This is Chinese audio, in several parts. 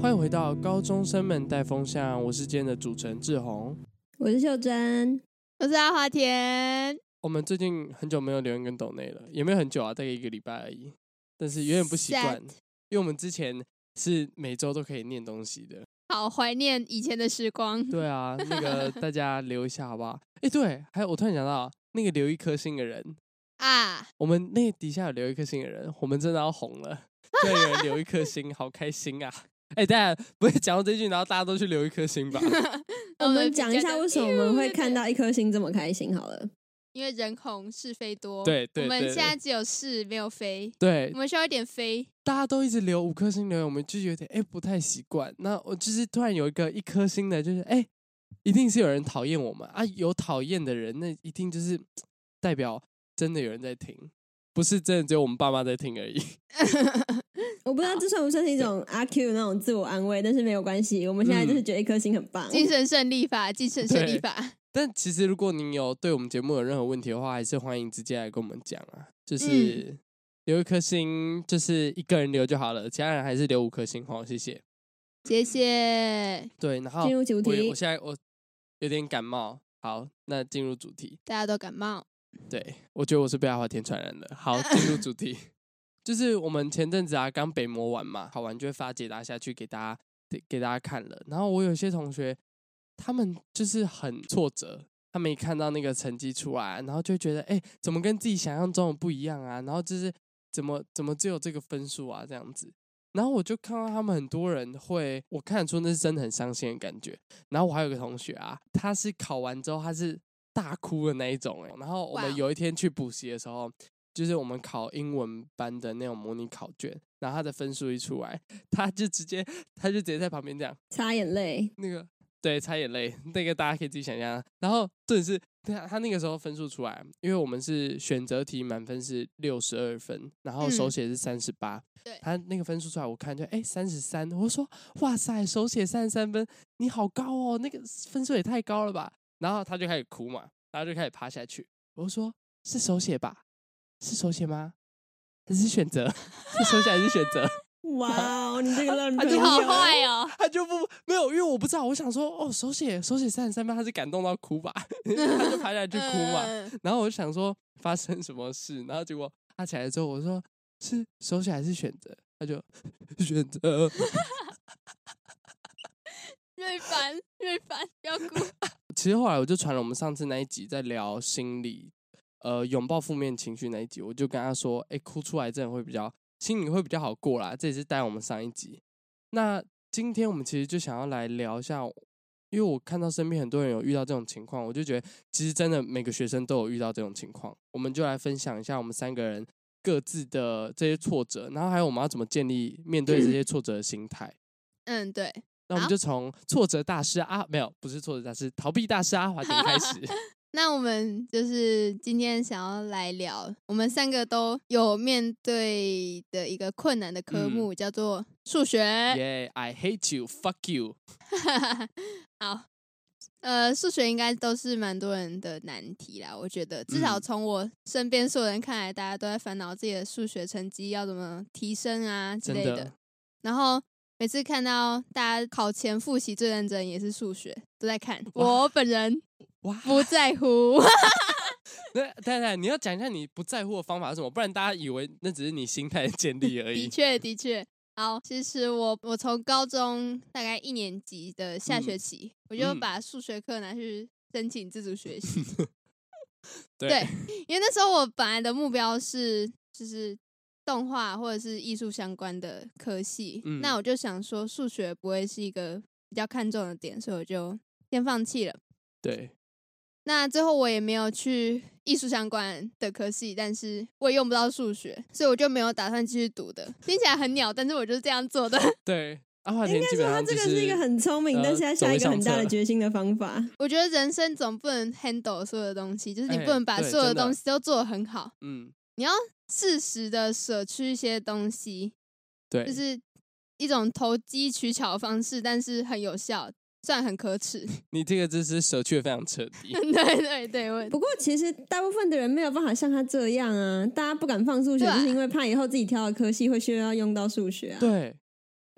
欢迎回到高中生们带风向，我是今天的主持人志宏， 我是秀珍， 我是阿华田。 我们最近很久没有留言跟抖内了，也没有很久啊，大概1个礼拜而已，但是有点不习惯，因为我们之前是每周都可以念东西的， 好怀念以前的时光。 对啊，那个大家留一下好不好？哎，对，还有我突然想到，那个留1颗星的人啊， 我们那底下有留1颗星的人，我们真的要红了，居然有人留1颗星，好开心啊！哎，大家不会讲到这句，然后大家都去留1颗星吧？ 我们讲一下为什么我们会看到1颗星这么开心好了。 因为人红是非多， 对， 我们现在只有是没有非， 对， 我们需要一点非。 大家都一直留5颗星留言，我们就有点不太习惯。那我就是突然有一个1颗星的，就是一定是有人讨厌我们啊！有讨厌的人，那一定就是代表真的有人在听，不是真的只有我们爸妈在听而已。 我不知道这算不算是一种阿 Q 那种自我安慰，但是没有关系，我们现在就是觉得1颗星很棒。 精神胜利法，精神胜利法。 但其实如果你有对我们节目有任何问题的话，还是欢迎直接来跟我们讲啊。就是留1颗星，就是1个人留就好了，其他人还是留5颗星哦，谢谢。 谢谢。 对，然后进入主题。 我现在有点感冒，好，那进入主题。 大家都感冒。 对，我觉得我是被阿华田传染的。好，进入主题。就是我们前阵子啊刚北模完嘛，考完就会发解答下去给大家看了。然后我有些同学，他们就是很挫折，他们一看到那个成绩出来，然后就会觉得怎么跟自己想象中的不一样啊？然后就是怎么只有这个分数啊这样子。然后我就看到他们很多人会，我看得出那是真的很伤心的感觉。然后我还有个同学啊，他是考完之后他是大哭的那一种然后我们有一天去补习的时候，就是我们考英文班的那种模拟考卷，然后他的分数一出来，他就直接在旁边这样擦眼泪， 对，擦眼泪，那个大家可以自己想象。然后重点是他那个时候分数出来，因为我们是选择题满分是62分，然后手写是38。 对， 他那个分数出来，我看就33，我说哇塞，手写33分，你好高哦，那个分数也太高了吧。然后他就开始哭嘛，然后就开始趴下去。我就说是手写吧？是手写吗？还是选择？是手写还是选择？ 哇哦，你这个烂朋友， 你好坏哦！ 他就没有，因为我不知道，我想说手写33分，他是感动到哭吧？他就趴下去哭嘛。然后我就想说发生什么事，然后结果他起来之后，我说是手写还是选择？他就选择。 瑞凡，不要哭。 其实后来我就传了我们上次那一集在聊心理，拥抱负面情绪那一集，我就跟他说，哭出来真的会比较心里会比较好过啦。这也是带我们上一集。那今天我们其实就想要来聊一下，因为我看到身边很多人有遇到这种情况，我就觉得其实真的每个学生都有遇到这种情况，我们就来分享一下我们3个人各自的这些挫折，然后还有我们要怎么建立面对这些挫折的心态。 对。 那我们就从挫折大师没有，不是挫折大师，逃避大师阿华田开始。 那我们就是今天想要来聊，我们3个都有面对的一个困难的科目，叫做数学。 I hate you, fuck you 。 好，数学应该都是蛮多人的难题啦。我觉得至少从我身边所有人看来，大家都在烦恼自己的数学成绩要怎么提升啊之类的。然后每次看到大家考前复习最认真也是数学，都在看。我本人不在乎。 对，你要讲一下你不在乎的方法是什么，不然大家以为那只是你心态的建立而已。 的确。好，其实我从高中大概1年级的下学期，我就把数学课拿去申请自主学习。对，因为那时候我本来的目标是就是动画或者是艺术相关的科系，那我就想说数学不会是一个比较看重的点，所以我就先放弃了。 对， 那最后我也没有去艺术相关的科系，但是我也用不到数学，所以我就没有打算继续读的。听起来很鸟，但是我就是这样做的。 对，阿华田基本上这个是一个很聪明，但是要下一个很大的决心的方法。 我觉得人生总不能 handle 所有的东西，就是你不能把所有的东西都做得很好。你要适时的舍去一些东西， 对， 就是一种投机取巧的方式，但是很有效，虽然很可耻。 你这个就是舍去的非常彻底。 对。 不过其实大部分的人没有办法像他这样啊，大家不敢放数学，就是因为怕以后自己挑的科系会需要用到数学啊。 对，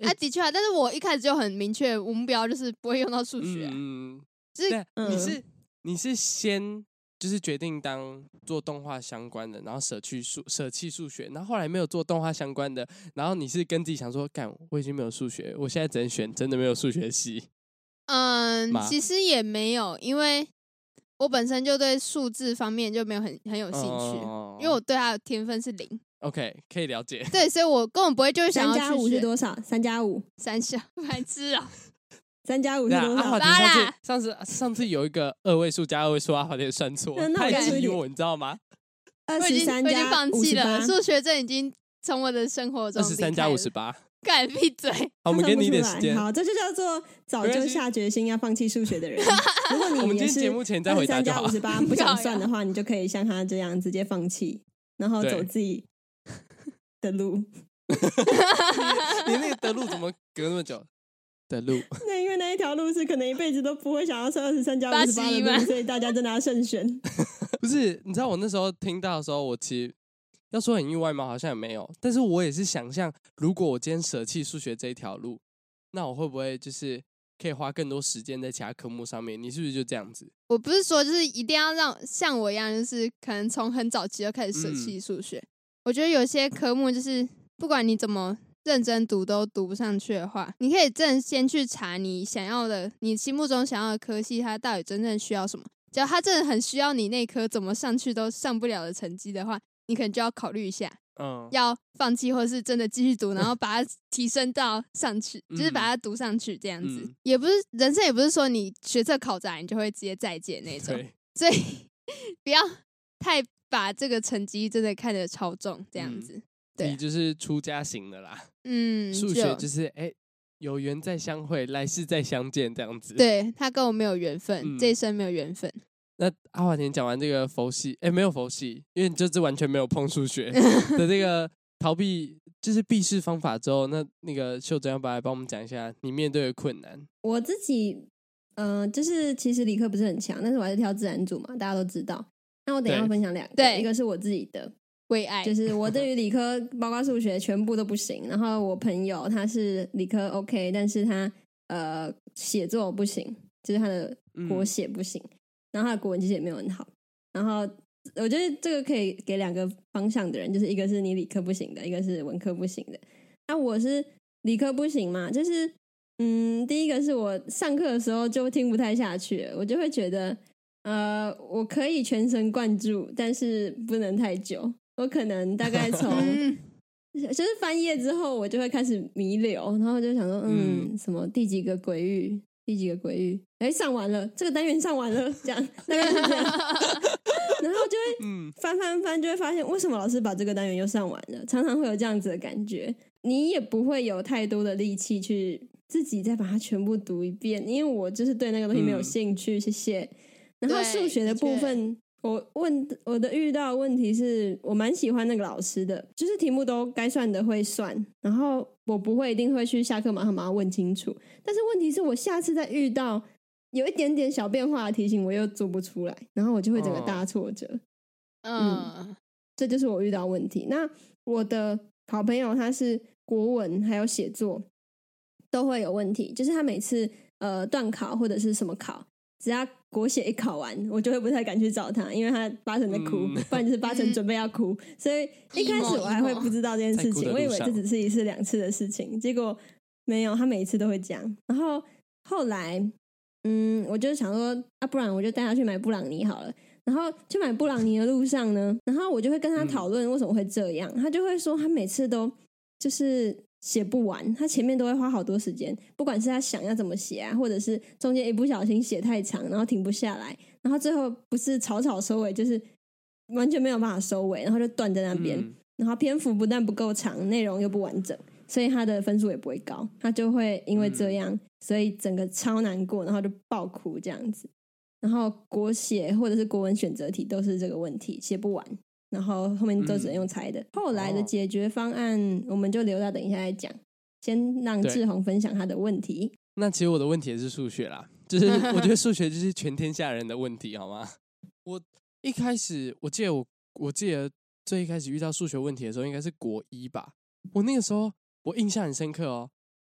的确啊，但是我一开始就很明确目标就是不会用到数学，就是你是先就是决定做动画相关的，然后舍弃数学，然后后来没有做动画相关的，然后你是跟自己想说，干，我已经没有数学，我现在只能选真的没有数学系。 其实也没有，因为我本身就对数字方面就没有很有兴趣，因为我对它的天分是0。 OK， 可以了解。 对，所以我根本不会就是想要去 3+5是多少？3+5， 白痴啊 ！3+5是多少？ 上次有一个2位数加2位数，阿华田算错，太激我，你知道吗 ？23+58， 我已经放弃了，数学这已经从我的生活中 23+58。 干闭嘴！ 好，我们给你一点时间。 好，这就叫做早就下决心要放弃数学的人。如果你也是节目前再回答就好。 23+58不想算的话，你就可以像他这样直接放弃，然后走自己的路。 你那个的路怎么隔那么久？的路？ 那因为那一条路是可能一辈子都不会想要算23+58的路，所以大家真的要慎选。 不是，你知道我那时候听到的时候，我其实。要说很意外吗？好像也没有，但是我也是想象，如果我今天舍弃数学这一条路，那我会不会就是可以花更多时间在其他科目上面？你是不是就这样子？ 我不是说就是一定要像我一样，就是可能从很早期就开始舍弃数学。我觉得有些科目就是不管你怎么认真读都读不上去的话，你可以真的先去查你想要的，你心目中想要的科系，它到底真正需要什么。只要它真的很需要你那科怎么上去都上不了的成绩的话，你可能就要考虑一下，要放弃，或者是真的继续读，然后把它提升到上去，就是把它读上去这样子。也不是人生，也不是说你学测考砸你就会直接再见那种，所以不要太把这个成绩真的看得超重这样子。对， 你就是出家型的啦。数学就是有缘再相会，来世再相见这样子。 对，他跟我没有缘分，这一生没有缘分。 那阿华田讲完这个佛系，没有佛系，因为你就是完全没有碰数学的这个逃避，就是避世方法之后，那个秀珍要不要来帮我们讲一下你面对的困难？ 我自己，就是其实理科不是很强，但是我还是挑自然组嘛，大家都知道。那我等一下分享2个，一个是我自己的为爱， 就是我对于理科包括数学全部都不行。然后我朋友他是理科 OK， 但是他写作不行，就是他的国写不行。然后他的国文其实也没有很好，然后我觉得这个可以给2个方向的人，就是一个是你理科不行的，一个是文科不行的。那我是理科不行嘛，就是第一个是我上课的时候就听不太下去了，我就会觉得我可以全神贯注，但是不能太久。我可能大概从就是翻页之后，我就会开始弥留，然后就想说什么第几个鬼域。上完了，这个单元上完了，这样大概是这样，然后就会翻，就会发现为什么老师把这个单元又上完了，常常会有这样子的感觉。你也不会有太多的力气去自己再把它全部读一遍，因为我就是对那个东西没有兴趣。谢谢。然后数学的部分，我的遇到的问题是我蛮喜欢那个老师的，就是题目都该算的会算，然后我不会一定会去下课马上把它问清楚，但是问题是我下次再遇到有一点点小变化的题型我又做不出来，然后我就会整个大挫折。这就是我遇到的问题。那我的好朋友他是国文还有写作都会有问题，就是他每次段考或者是什么考，只要国写一考完，我就会不太敢去找他，因为他8成在哭，不然就是8成准备要哭。所以一开始我还会不知道这件事情，我以为这只是1次2次的事情，结果没有，他每一次都会这样。然后后来，我就想说，不然我就带他去买布朗尼好了。然后去买布朗尼的路上呢，然后我就会跟他讨论为什么会这样，他就会说他每次都就是写不完，他前面都会花好多时间，不管是他想要怎么写啊，或者是中间一不小心写太长，然后停不下来，然后最后不是草草收尾，就是完全没有办法收尾，然后就断在那边，然后篇幅不但不够长，内容又不完整，所以他的分数也不会高，他就会因为这样，所以整个超难过，然后就爆哭这样子。然后国写或者是国文选择题都是这个问题，写不完，然后后面都只能用猜的。后来的解决方案我们就留到等一下再讲，先让志宏分享他的问题。 那其实我的问题也是数学啦，就是我觉得数学就是全天下人的问题，好吗？我一开始我记得最一开始遇到数学问题的时候应该是国1吧，我那个时候我印象很深刻哦，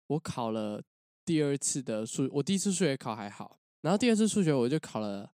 我考了第二次的我第一次数学考还好，然后第二次数学我就考了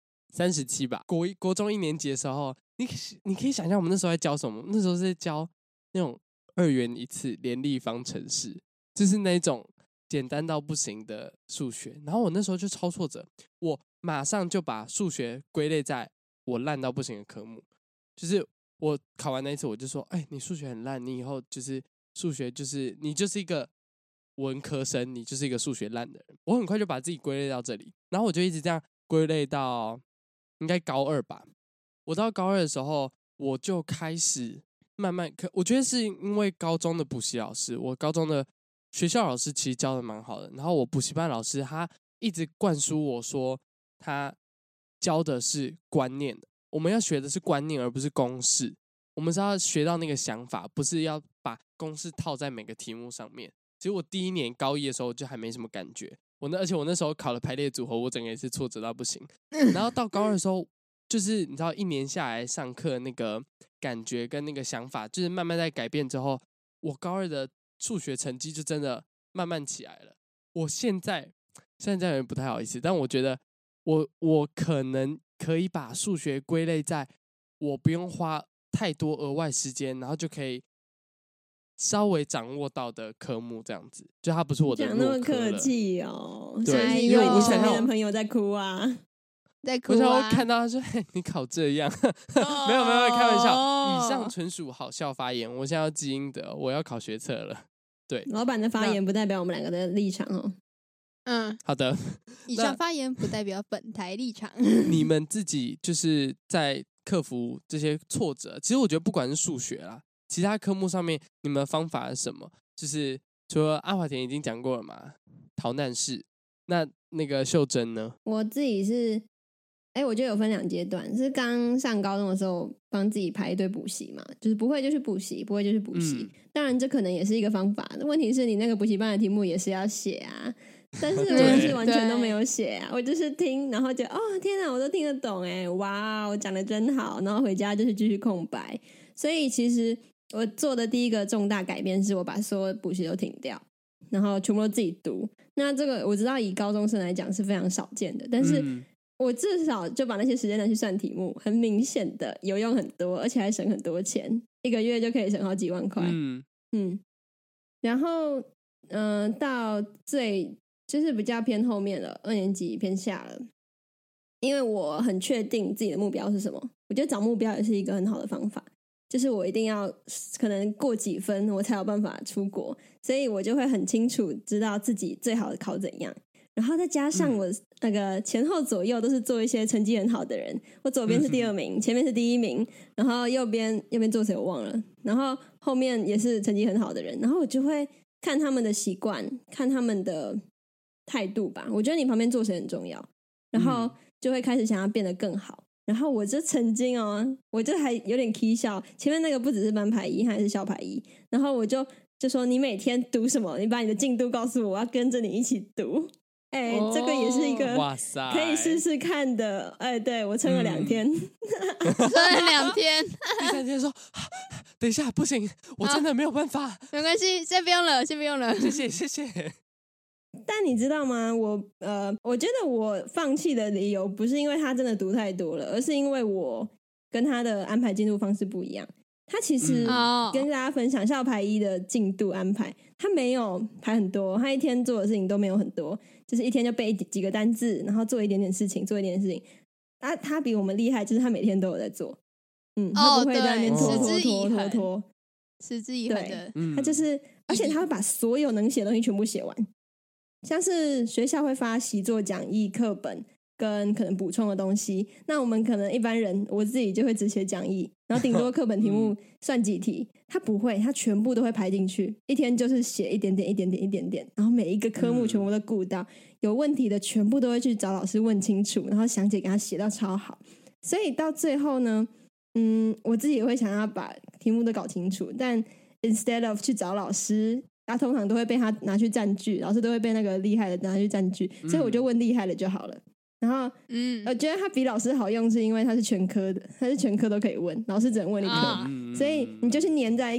37吧。国中1年级的时候，你可以想象我们那时候在教什么？那时候是在教那种2元一次联立方程式，就是那种简单到不行的数学。然后我那时候就超挫折，我马上就把数学归类在我烂到不行的科目。就是我考完那一次，我就说，你数学很烂，你以后就是数学你就是一个文科生，你就是一个数学烂的人。我很快就把自己归类到这里，然后我就一直这样归类到应该高2吧。我到高2的时候，我就开始慢慢我觉得是因为高中的补习老师，我高中的学校老师其实教的蛮好的，然后我补习班老师他一直灌输我说，他教的是观念的，我们要学的是观念而不是公式，我们是要学到那个想法，不是要把公式套在每个题目上面。其实我第1年高1的时候就还没什么感觉，而且我那时候考了排列组合，我整个也是挫折到不行。然后到高2的时候，就是你知道1年下来上课那个感觉跟那个想法，就是慢慢在改变之后，我高2的数学成绩就真的慢慢起来了。我现在这样有点不太好意思，但我觉得我可能可以把数学归类在我不用花太多额外时间，然后就可以稍微掌握到的科目，这样子，就它不是我的弱科了。 讲那么客气哦， 对， 因为你身边的朋友在哭啊。 在哭啊！ 我想要看到他说：“嘿，你考这样，没有，开玩笑。以上纯属好笑发言。我现在要积阴德，我要考学测了。对， 老板的发言不代表我们2个的立场哦。 好的。 以上发言不代表本台立场。 你们自己就是在克服这些挫折。其实我觉得不管是数学啦，其他科目上面，你们的方法是什么？就是除了阿华田已经讲过了嘛，逃难式。那个秀珍呢？ 我自己是。我觉得有分2阶段，是刚上高中的时候帮自己排一堆补习嘛，就是不会就去补习，不会就去补习。当然这可能也是一个方法，问题是你那个补习班的题目也是要写啊，但是我是完全都没有写啊，我就是听，然后就天哪，我都听得懂哇，我讲的真好，然后回家就是继续空白。所以其实我做的第一个重大改变是我把所有补习都停掉，然后全部都自己读。那这个我知道以高中生来讲是非常少见的，但是我至少就把那些时间拿去算题目，很明显的有用很多，而且还省很多钱，1个月就可以省好几万块。然后到就是比较偏后面了，2年级偏下了，因为我很确定自己的目标是什么。我觉得找目标也是一个很好的方法，就是我一定要可能过几分我才有办法出国，所以我就会很清楚知道自己最好的考怎样。然后再加上我那个前后左右都是做一些成绩很好的人，我左边是第2名，前面是第1名，然后右边做谁我忘了，然后后面也是成绩很好的人，然后我就会看他们的习惯，看他们的态度吧。我觉得你旁边做谁很重要，然后就会开始想要变得更好。然后我就曾经我就还有点起笑，前面那个不只是班排1，还是校排1，然后我就说你每天读什么，你把你的进度告诉我，我要跟着你一起读。这个也是一个可以试试看的。对，我撑了2天， 撑了2天， 第3天说等一下不行，我真的没有办法。 没关系，先不用了， 谢谢。 但你知道吗？我觉得我放弃的理由不是因为他真的读太多了，而是因为我跟他的安排进度方式不一样。他其实跟大家分享校排1的进度安排，他没有排很多，他一天做的事情都没有很多，就是一天就背几个单字，然后做一点点事情。他比我们厉害，就是他每天都有在做。他不会在那边拖， 持之以恒的。 他就是，而且他会把所有能写的东西全部写完。像是学校会发习作讲义、课本跟可能补充的东西，那我们可能一般人，我自己就会只写讲义，然后顶多课本题目算几题。他不会，他全部都会排进去，一天就是写一点点，然后每一个科目全部都顾到，有问题的全部都会去找老师问清楚，然后详解给他写到超好。所以到最后呢，我自己也会想要把题目都搞清楚，但 instead of 去找老师，他通常都会被他拿去占据，老师都会被那个厉害的拿去占据，所以我就问厉害的就好了。然后我觉得他比老师好用是因为他是全科的，他是全科都可以问，老师只能问一科，所以你就是黏在一个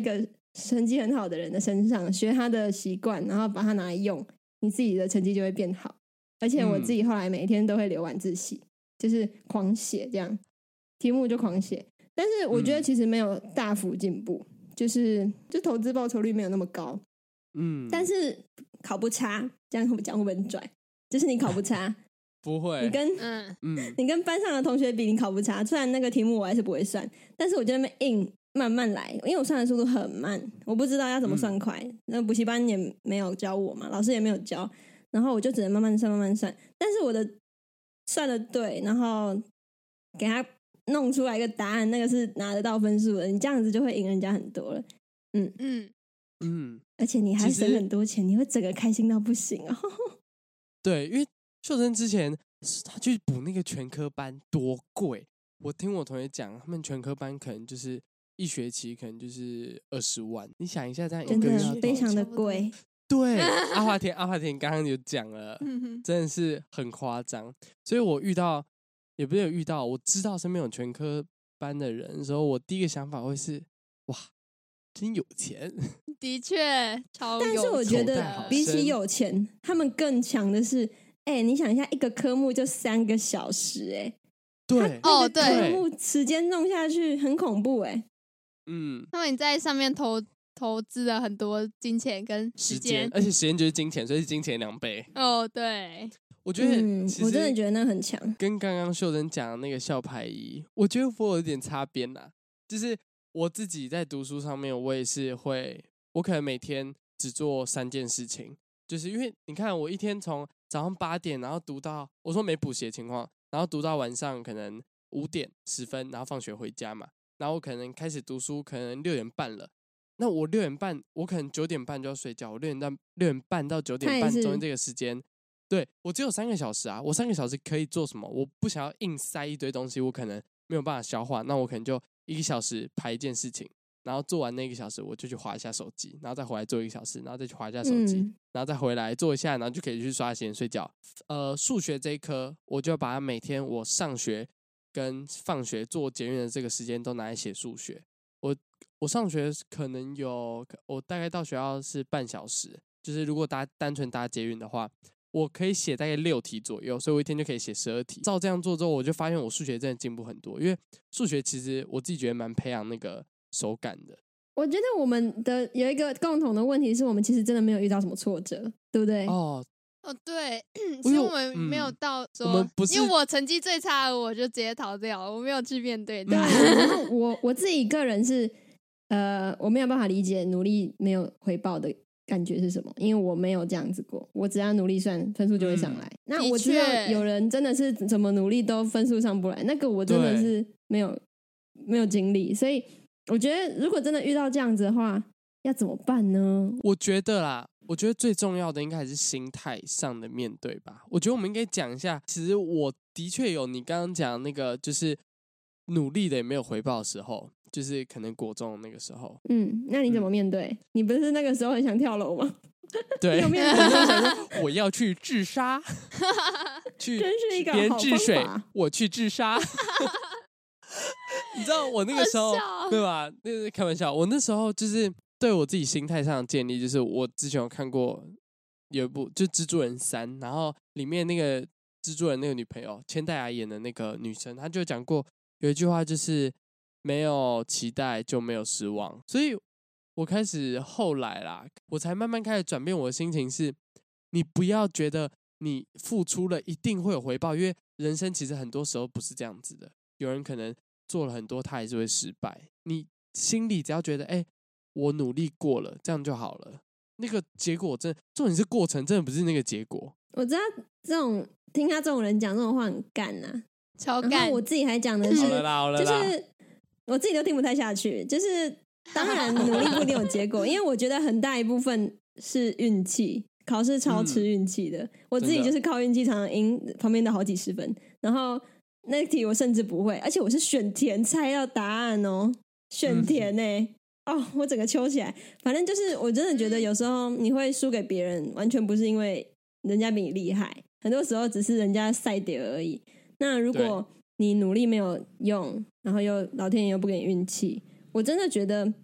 成绩很好的人的身上，学他的习惯，然后把它拿来用，你自己的成绩就会变好。而且我自己后来每天都会留晚自习，就是狂写这样，题目就狂写。但是我觉得其实没有大幅进步，就投资报酬率没有那么高。但是考不差，这样讲会不会很拽？就是你考不差， 不会， 你跟班上的同学比，你考不差。虽然那个题目我还是不会算，但是我就那么硬慢慢来，因为我算的速度很慢，我不知道要怎么算快。那补习班也没有教我嘛，老师也没有教，然后我就只能慢慢算，慢慢算。但是我的算的对，然后给他弄出来一个答案，那个是拿得到分数的，你这样子就会赢人家很多了。而且你还省很多钱，你会整个开心到不行哦。 对，因为秀珍之前他去补那个全科班多贵，我听我同学讲，他们全科班可能就是一学期可能就是20万，你想一下这样真的非常的贵。 对，阿华田刚刚有讲了，真的是很夸张。所以我也不是有遇到，我知道身边有全科班的人的时候，我第一个想法会是哇，真有钱。 的确超有钱。 但是我觉得比起有钱，他们更强的是，你想一下，一个科目就3个小时， 对， 科目时间弄下去很恐怖， 他们在上面投资了很多金钱跟时间， 而且时间就是金钱，所以是金钱2倍。 对， 我觉得我真的觉得那很强。 跟刚刚秀珍讲的那个校排一，我觉得我有点擦边啦。就是我自己在读书上面，我也是我可能每天只做3件事情，就是因为你看我一天从早上8点，然后读到我说没补习的情况，然后读到晚上可能5点10分，然后放学回家嘛，然后我可能开始读书，可能6点半了。那我6点半，我可能9点半就要睡觉。我6点半到9点半中间这个时间，对，我只有3个小时啊。我3个小时可以做什么？我不想要硬塞一堆东西，我可能没有办法消化。那我可能就1个小时排一件事情，然后做完那1个小时，我就去滑一下手机，然后再回来做1个小时，然后再去滑一下手机，然后再回来做一下，然后就可以去刷时间睡觉。数学这一科，我就把它每天我上学跟放学做捷运的这个时间都拿来写数学。我上学可能我大概到学校是半小时，就是如果单纯搭捷运的话，我可以写大概6题左右，所以我一天就可以写12题。照这样做之后，我就发现我数学真的进步很多，因为数学其实我自己觉得蛮培养那个手感的。 我觉得我们的有一个共同的问题是我们其实真的没有遇到什么挫折，对不对？ 对，所以我们没有到说，我们不是因为我成绩最差的，我就直接逃掉了，我没有去面对。 对，然后我自己个人是，我没有办法理解努力没有回报的感觉是什么，因为我没有这样子过，我只要努力算分数就会上来。那我知道有人真的是怎么努力都分数上不来，那个我真的是没有经历，所以我觉得如果真的遇到这样子的话，要怎么办呢？ 我觉得最重要的应该还是心态上的面对吧。我觉得我们应该讲一下，其实我的确有你刚刚讲那个，就是努力的也没有回报的时候，就是可能国中那个时候。 那你怎么面对？你不是那个时候很想跳楼吗？ 对， 你有面对想说我要去自杀，去真是一个别人好治水方法， 我去自杀。你知道我那个时候对吧？那是开玩笑，我那时候就是对我自己心态上的建立，就是我之前有看过有一部就《蜘蛛人3》，然后里面那个蜘蛛人那个女朋友千代雅演的那个女生，她就讲过有一句话，就是没有期待就没有失望。所以我开始后来啦，我才慢慢开始转变我的心情是，你不要觉得你付出了一定会有回报，因为人生其实很多时候不是这样子的。有人可能做了很多，他还是会失败。你心里只要觉得，我努力过了，这样就好了。那个结果重点是过程，真的不是那个结果。 我知道听他这种人讲这种话很干啊， 超干。 然后我自己还讲的是， 好了啦， 就是我自己都听不太下去。就是当然努力不一定有结果，因为我觉得很大一部分是运气，考试超吃运气的。我自己就是靠运气常常赢旁边的好几十分，然后那题我甚至不会，而且我是选填猜到答案哦，选填我整个揪起来。反正就是我真的觉得有时候你会输给别人，完全不是因为人家比你厉害，很多时候只是人家赛点而已。那如果你努力没有用，然后老天爷又不给你运气，我真的觉得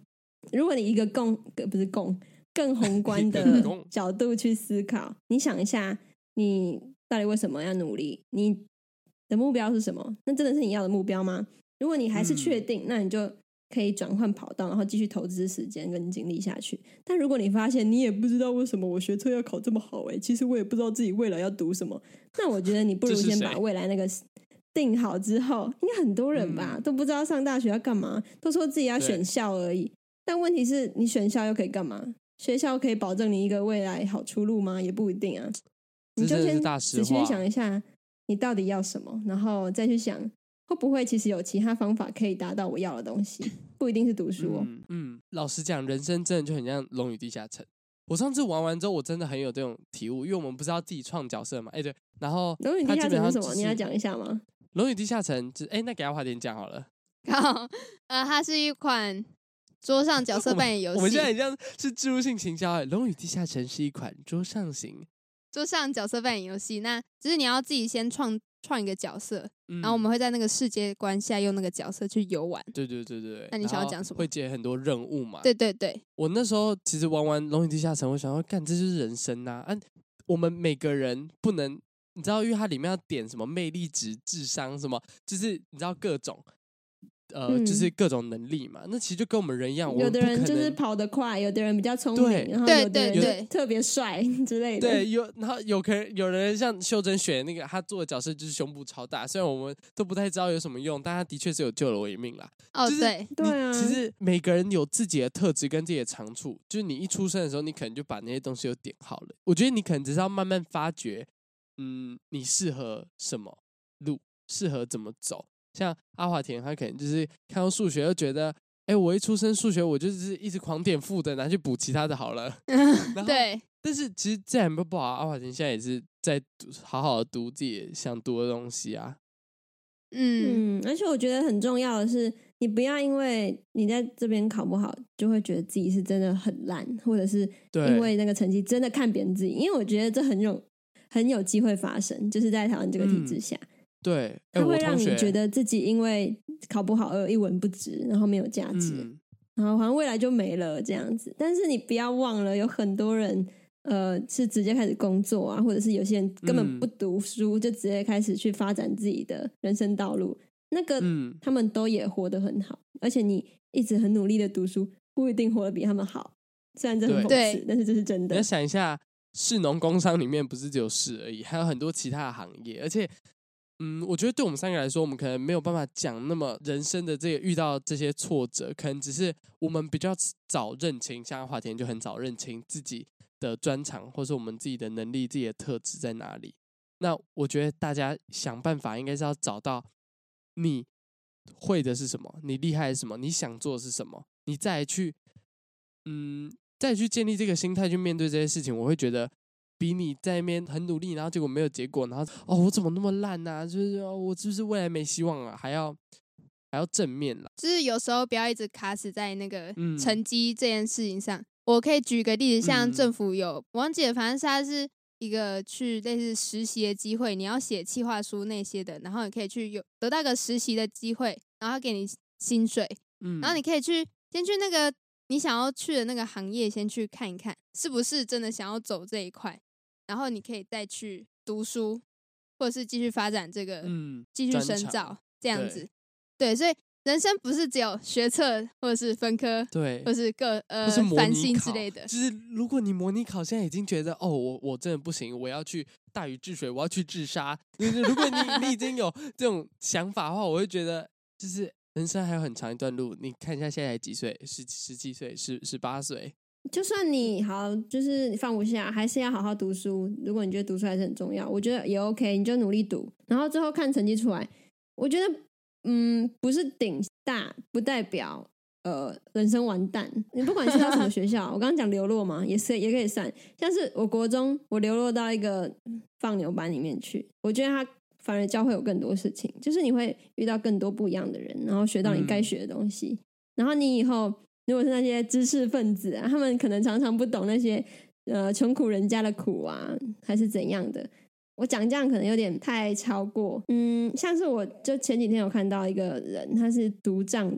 如果你一个更宏观的角度去思考，你想一下，你到底为什么要努力？你的目标是什么？那真的是你要的目标吗？如果你还是确定，那你就可以转换跑道，然后继续投资时间跟精力下去。但如果你发现你也不知道为什么我学测要考这么好，其实我也不知道自己未来要读什么，那我觉得你不如先把未来那个定好之后，应该很多人吧，都不知道上大学要干嘛，都说自己要选校而已。但问题是你选校又可以干嘛？学校可以保证你一个未来好出路吗？也不一定啊。你就先仔细想一下你到底要什么，然后再去想会不会其实有其他方法可以达到我要的东西，不一定是读书哦。 老实讲，人生真的就很像《龙与地下城》。我上次玩完之后，我真的很有这种体悟，因为我们不是要自己创角色嘛？对，然后 《龙与地下城》是什么？你要讲一下吗？《 龙与地下城》那给阿华田讲好了。 好，它是一款桌上角色扮演游戏。 我们现在很像是置入性行销。《龙与地下城》是一款桌上角色扮演游戏，那只是你要自己先创一个角色，然后我们会在那个世界观下用那个角色去游玩。 对。 那你想要讲什么？ 会接很多任务嘛？ 对。 我那时候其实玩完《龙与地下城》，我想说，干，这就是人生啊！我们每个人不能，你知道，因为它里面要点什么魅力值、智商什么，就是你知道各种。就是各种能力嘛，那其实就跟我们人一样， 有的人就是跑得快，有的人比较聪明，然后有的人就特别帅之类的。 对，然后有人像秀珍选那个，他做的角色就是胸部超大，虽然我们都不太知道有什么用，但他的确是有救了我一命啦。就是对啊， 其实每个人有自己的特质跟自己的长处，就是你一出生的时候，你可能就把那些东西都点好了。我觉得你可能只是要慢慢发掘，你适合什么路，适合怎么走。像阿华田，他可能就是看到数学就觉得，我一出生数学我就是一直狂点负的，拿去补其他的好了。 对。 但是其实这样不好，阿华田现在也是在好好的读自己想读的东西啊。 而且我觉得很重要的是，你不要因为你在这边考不好，就会觉得自己是真的很烂，或者是因为那个成绩真的看扁自己。因为我觉得这很有机会发生，就是在台湾这个体制下。 对， 它会让你觉得自己因为考不好而一文不值，然后没有价值，然后好像未来就没了这样子。但是你不要忘了，有很多人是直接开始工作啊，或者是有些人根本不读书，就直接开始去发展自己的人生道路。那个他们都也活得很好，而且你一直很努力的读书，不一定活得比他们好。虽然这很讽刺，但是这是真的。 你要想一下，士农工商里面不是只有士而已，还有很多其他的行业，而且。我觉得对我们三个来说，我们可能没有办法讲那么人生的这个遇到这些挫折，可能只是我们比较早认清，像华田就很早认清自己的专长，或是我们自己的能力、自己的特质在哪里。那我觉得大家想办法应该是要找到你会的是什么，你厉害的是什么，你想做的是什么，你再去建立这个心态去面对这些事情，我会觉得。比你在那边很努力，然后结果没有结果，然后我怎么那么烂啊？就是我是不是未来没希望啊？还要正面啦。 就是有时候不要一直卡死在那个成绩这件事情上。我可以举个例子，像政府我忘记了，反正它是一个去类似实习的机会，你要写企划书那些的，然后你可以去得到一个实习的机会，然后给你薪水，然后你可以先去那个你想要去的那个行业先去看一看，是不是真的想要走这一块。然后你可以再去读书，或者是继续发展这个，继续深造这样子。对，所以人生不是只有学测或者是分科， 对， 或是繁星之类的。 就是如果你模拟考现在已经觉得我真的不行，我要去大禹治水，我要去自杀。如果你已经有这种想法的话，我会觉得就是人生还有很长一段路。你看一下现在几岁？17岁、18岁。 就算你好，就是你放不下，还是要好好读书。如果你觉得读书还是很重要，我觉得也 OK， 你就努力读，然后最后看成绩出来。我觉得，不是顶大不代表人生完蛋。你不管去到什么学校，我刚刚讲流落嘛，也可以算。像是我国中，我流落到一个放牛班里面去，我觉得他反而教会有更多事情，就是你会遇到更多不一样的人，然后学到你该学的东西，然后你以后。如果是那些知识分子啊，他们可能常常不懂那些穷苦人家的苦啊，还是怎样的。我讲这样可能有点太超过。像是我就前几天有看到一个人，他是读障的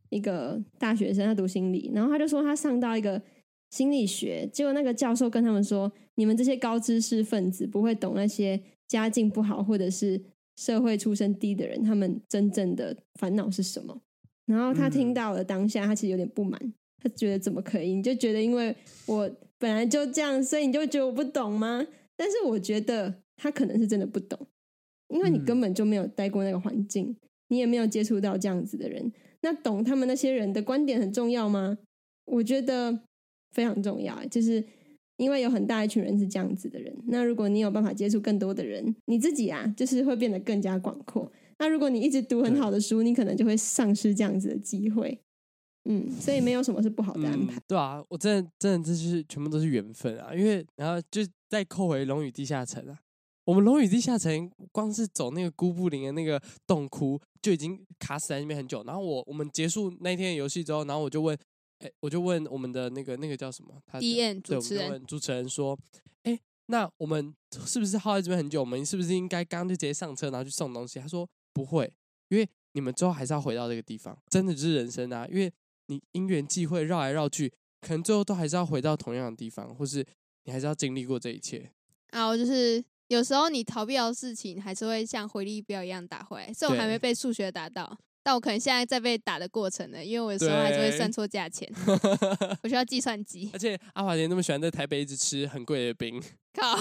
一个大学生，他读心理，然后他就说他上到一个心理学，结果那个教授跟他们说，你们这些高知识分子不会懂那些家境不好或者是社会出身低的人他们真正的烦恼是什么。然后他听到了当下他其实有点不满，他觉得怎么可以，你就觉得因为我本来就这样，所以你就觉得我不懂吗？但是我觉得他可能是真的不懂，因为你根本就没有待过那个环境，你也没有接触到这样子的人，那懂他们那些人的观点很重要吗？我觉得非常重要，就是因为有很大一群人是这样子的人，那如果你有办法接触更多的人，你自己啊就是会变得更加广阔。那如果你一直读很好的书，你可能就会丧失这样子的机会。所以没有什么是不好的安排。 对啊，我真的这就是全部都是缘分啊，因为然后就再扣回龙与地下城啊，我们龙与地下城光是走那个姑布林的那个洞窟就已经卡死在那边很久，然后我们结束那天的游戏之后，然后我就问我们的那个叫什么 ，DM 主持人， 对，我们就问主持人说，那我们是不是耗在这边很久？我们是不是应该刚刚就直接上车，然后去送东西？他说不会，因为你们之后还是要回到这个地方，真的就是人生啊，因为你因缘际会绕来绕去，可能最后都还是要回到同样的地方，或是你还是要经历过这一切啊。我就是有时候你逃避的事情，还是会像回力镖一样打回来。虽然我还没被数学打到，但我可能现在在被打的过程呢，因为我有时候还是会算错价钱，我需要计算机。 而且阿华田那么喜欢在台北一直吃很贵的冰， 靠，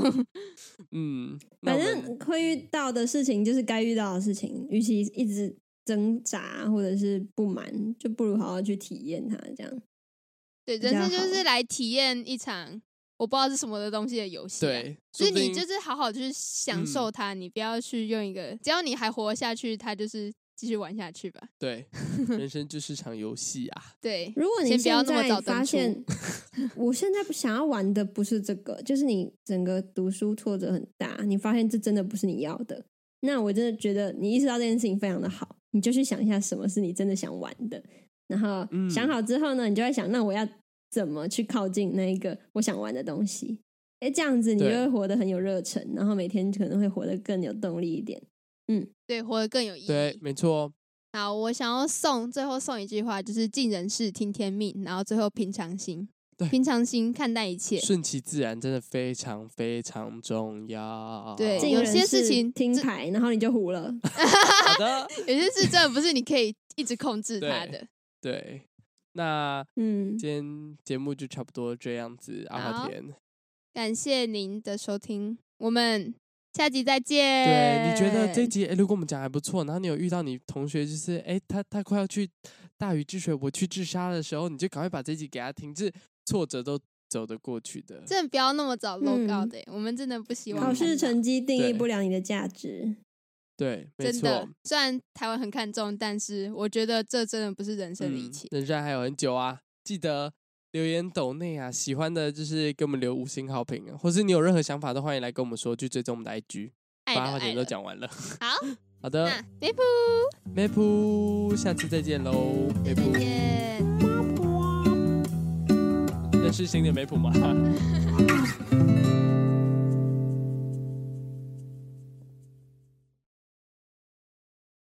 反正会遇到的事情就是该遇到的事情，与其一直挣扎或者是不满，就不如好好去体验它，这样。 对，人生就是来体验一场我不知道是什么的东西的游戏。 对， 所以你就是好好去享受它，你不要去用一个，只要你还活下去，它就是继续玩下去吧。 对，人生就是场游戏啊。 对， 如果你现在发现，我现在想要玩的不是这个，就是你整个读书挫折很大，你发现这真的不是你要的，那我真的觉得你意识到这件事情非常的好，你就去想一下什么是你真的想玩的，然后想好之后呢，你就会想，那我要怎么去靠近那一个我想玩的东西？这样子你就会活得很有热忱，然后每天可能会活得更有动力一点。 对，活得更有意义。 对，没错。 好，我想要最后送一句话，就是尽人事，听天命，然后最后平常心。 对， 平常心看待一切， 顺其自然真的非常非常重要。 对，有些事情听牌，然后你就糊了。 好的， 有些事真的不是你可以一直控制它的。 对，那今天节目就差不多这样子。阿华田， 感谢您的收听，我们下集再见。 对，你觉得这一集如果我们讲还不错，然后你有遇到你同学就是他快要去大禹治水我去治沙的时候，你就赶快把这一集给他听，这挫折都走得过去的。 真的不要那么早落告的，我们真的不希望。 考试成绩定义不了你的价值。 对，没错。 真的，虽然台湾很看重，但是我觉得这真的不是人生的一切。 人生还有很久啊，记得留言抖内啊，喜欢的就是给我们留5星好评啊，或是你有任何想法都欢迎来跟我们说，去追踪我们的 IG。把话题都讲完了。好的，梅普，下次再见喽，梅普。认识新的梅普吗？